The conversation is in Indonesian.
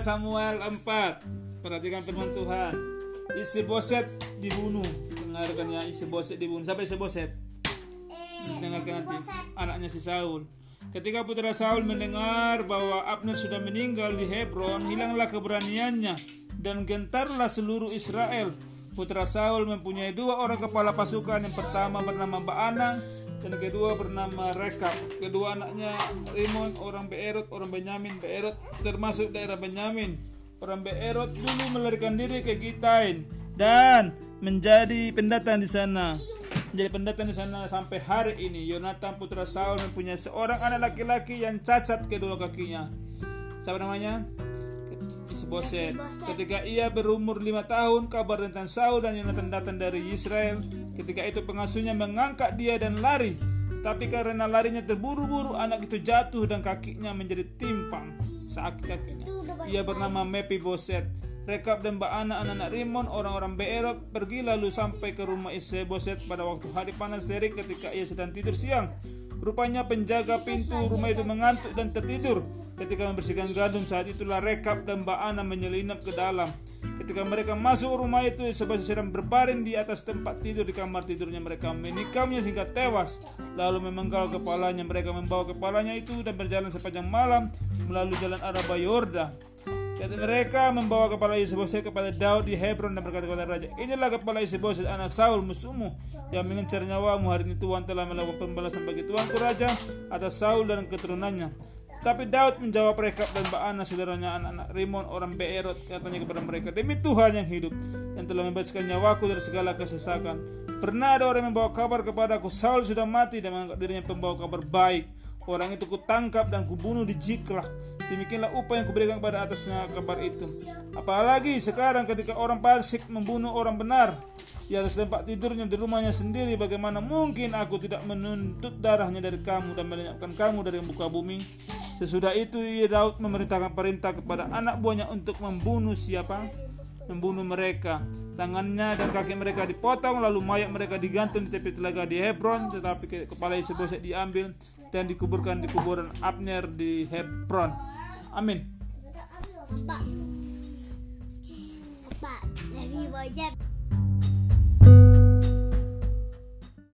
Samuel 4. Perhatikan firman Tuhan. Isiboset dibunuh. Dengarkan ya, Isiboset dibunuh. Siapa Isiboset? Dengarkan nanti. Anaknya si Saul. Ketika putra Saul mendengar bahwa Abner sudah meninggal di Hebron, hilanglah keberaniannya dan gentarlah seluruh Israel. Putra Saul mempunyai 2 orang kepala pasukan. Yang pertama bernama Baana dan yang kedua bernama Rekab. Kedua anaknya Rimon, orang Beerot, orang Benyamin. Beerot termasuk daerah Benyamin. Orang Beerot dulu melarikan diri ke Gitain dan menjadi pendatang di sana. Sampai hari ini. Yonatan putra Saul mempunyai seorang anak laki-laki yang cacat kedua kakinya. Siapa namanya? Isiboset. Ketika ia berumur 5 tahun, kabar tentang Saul dan Yonatan datang dari Israel. Ketika itu pengasuhnya mengangkat dia dan lari. Tapi karena larinya terburu-buru, anak itu jatuh dan kakinya menjadi timpang. Sakit kakinya. Ia bernama Mephiboset. Rekab dan Baana anak-anak Rimon, orang-orang Beerot, pergi lalu sampai ke rumah Isiboset pada waktu hari panas terik ketika ia sedang tidur siang. Rupanya penjaga pintu rumah itu mengantuk dan tertidur. Ketika membersihkan gandum, saat itulah Rekab dan Baana menyelinap ke dalam. Ketika mereka masuk rumah itu, Isiboset sedang berbaring di atas tempat tidur di kamar tidurnya. Mereka menikamnya sehingga tewas, lalu memenggal kepalanya. Mereka membawa kepalanya itu dan berjalan sepanjang malam melalui jalan Araba Yordan. Dan mereka membawa kepala Isiboset kepada Daud di Hebron dan berkata kepada raja, "Inilah kepala Isiboset anak Saul musuhmu yang mengincar nyawamu. Hari ini Tuhan telah melakukan pembalasan bagi tuanku raja atas Saul dan keturunannya." Tapi Daud menjawab Rekab dan Baana saudaranya anak-anak Rimon orang Beerot, katanya kepada mereka, "Demi Tuhan yang hidup yang telah membebaskan nyawaku dari segala kesesakan, pernah ada orang yang membawa kabar kepadaku Saul sudah mati dan menganggap dirinya pembawa kabar baik. Orang itu kutangkap dan kubunuh di Ziklag. Demikianlah upah yang kuberikan kepada atasnya kabar itu. Apalagi sekarang ketika orang fasik membunuh orang benar di atas tempat tidurnya di rumahnya sendiri, bagaimana mungkin aku tidak menuntut darahnya dari kamu dan melenyapkan kamu dari muka bumi?" Sesudah itu Daud memerintahkan perintah kepada anak buahnya untuk membunuh siapa? Membunuh mereka. Tangannya dan kaki mereka dipotong, lalu mayat mereka digantung di tepi telaga di Hebron. Tetapi kepala Isiboset diambil dan dikuburkan di kuburan Abner di Hebron. Amin.